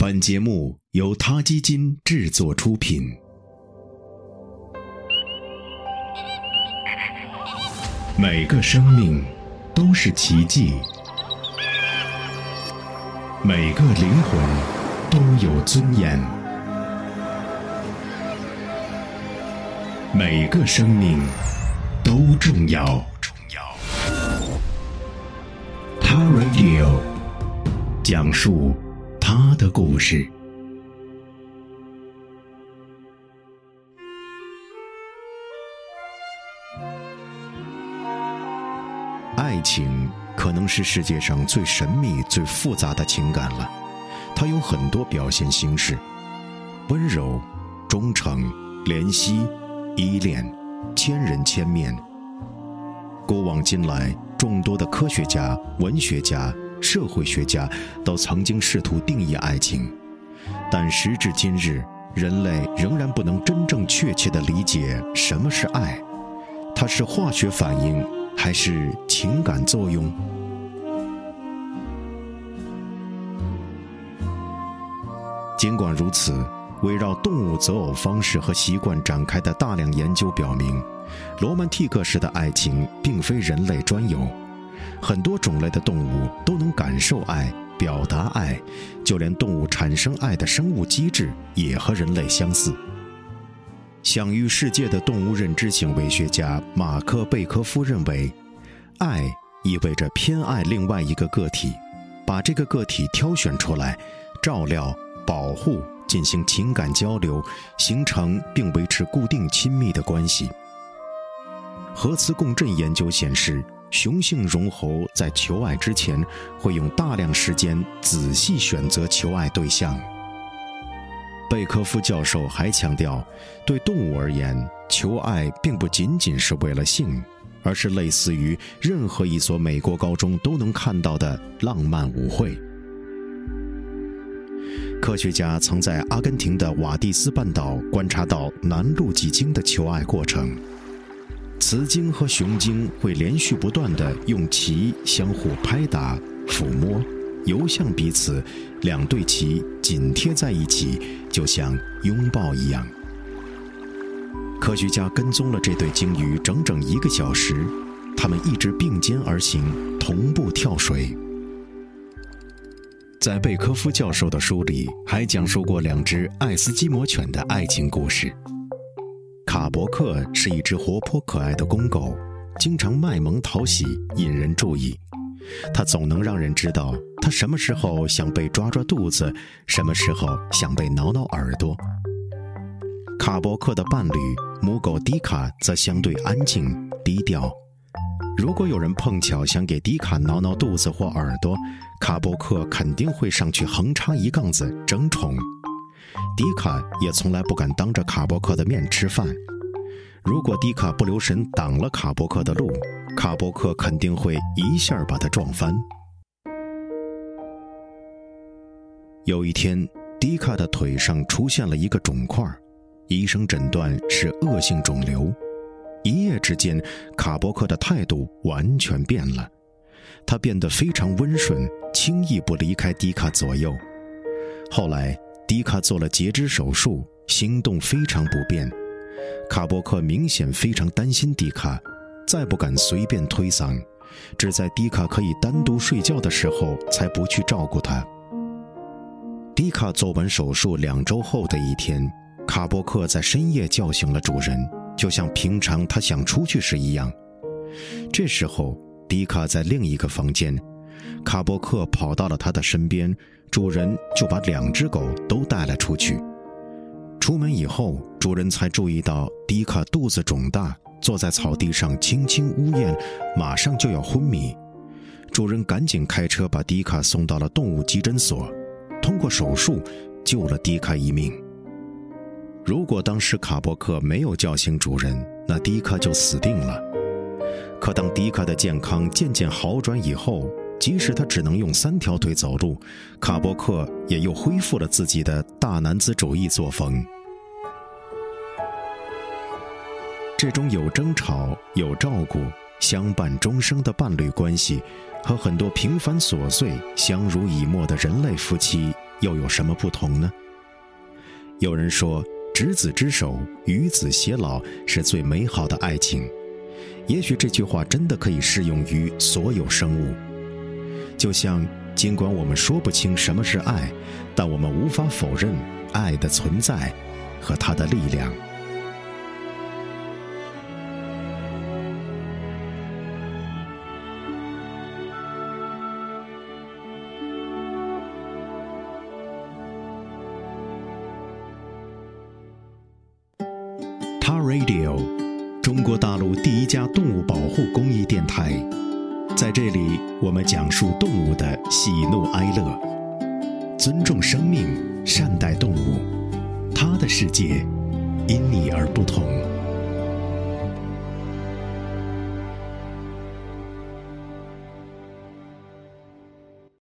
本节目由他基金制作出品。每个生命都是奇迹，每个灵魂都有尊严，每个生命都重要。他 Radio 讲述他的故事。爱情可能是世界上最神秘、最复杂的情感了。它有很多表现形式：温柔、忠诚、怜惜、依恋、千人千面。古往今来，众多的科学家、文学家、社会学家都曾经试图定义爱情，但时至今日，人类仍然不能真正确切地理解什么是爱。它是化学反应还是情感作用？尽管如此，围绕动物择偶方式和习惯展开的大量研究表明，罗曼蒂克式的爱情并非人类专有。很多种类的动物都能感受爱、表达爱，就连动物产生爱的生物机制也和人类相似。享誉世界的动物认知行为学家马克·贝科夫认为，爱意味着偏爱另外一个个体，把这个个体挑选出来，照料、保护，进行情感交流，形成并维持固定亲密的关系。核磁共振研究显示，雄性绒猴在求爱之前会用大量时间仔细选择求爱对象。贝科夫教授还强调，对动物而言，求爱并不仅仅是为了性，而是类似于任何一所美国高中都能看到的浪漫舞会。科学家曾在阿根廷的瓦蒂斯半岛观察到南露脊鲸的求爱过程。雌鲸和雄鲸会连续不断地用鳍相互拍打、抚摸，游向彼此，两对鳍紧贴在一起，就像拥抱一样。科学家跟踪了这对鲸鱼整整1个小时，它们一直并肩而行，同步跳水。在贝科夫教授的书里，还讲述过2只爱斯基摩犬的爱情故事。卡伯克是一只活泼可爱的公狗，经常卖萌讨喜，引人注意。它总能让人知道它什么时候想被抓抓肚子，什么时候想被挠挠耳朵。卡伯克的伴侣母狗迪卡则相对安静低调。如果有人碰巧想给迪卡挠挠肚子或耳朵，卡伯克肯定会上去横插一杠子争宠。迪卡也从来不敢当着卡伯克的面吃饭。如果迪卡不留神挡了卡伯克的路，卡伯克肯定会一下把他撞翻。有一天，迪卡的腿上出现了一个肿块，医生诊断是恶性肿瘤。一夜之间，卡伯克的态度完全变了，他变得非常温顺，轻易不离开迪卡左右。后来迪卡做了截肢手术，行动非常不便。卡伯克明显非常担心迪卡，再不敢随便推搡，只在迪卡可以单独睡觉的时候才不去照顾他。迪卡做完手术2周后的一天，卡伯克在深夜叫醒了主人，就像平常他想出去时一样。这时候迪卡在另一个房间，卡伯克跑到了他的身边，主人就把2只狗都带了出去。出门以后，主人才注意到迪卡肚子肿大，坐在草地上轻轻呜咽，马上就要昏迷。主人赶紧开车把迪卡送到了动物急诊所，通过手术救了迪卡一命。如果当时卡伯克没有叫醒主人，那迪卡就死定了。可当迪卡的健康渐渐好转以后，即使他只能用3条腿走路，卡伯克也又恢复了自己的大男子主义作风。这种有争吵、有照顾、相伴终生的伴侣关系，和很多平凡琐碎、相濡以沫的人类夫妻又有什么不同呢？有人说，执子之手，与子偕老是最美好的爱情。也许这句话真的可以适用于所有生物。就像，尽管我们说不清什么是爱，但我们无法否认爱的存在和它的力量。Ta Radio， 中国大陆第一家动物保护公益电台。在这里，我们讲述动物的喜怒哀乐，尊重生命，善待动物，它的世界因你而不同。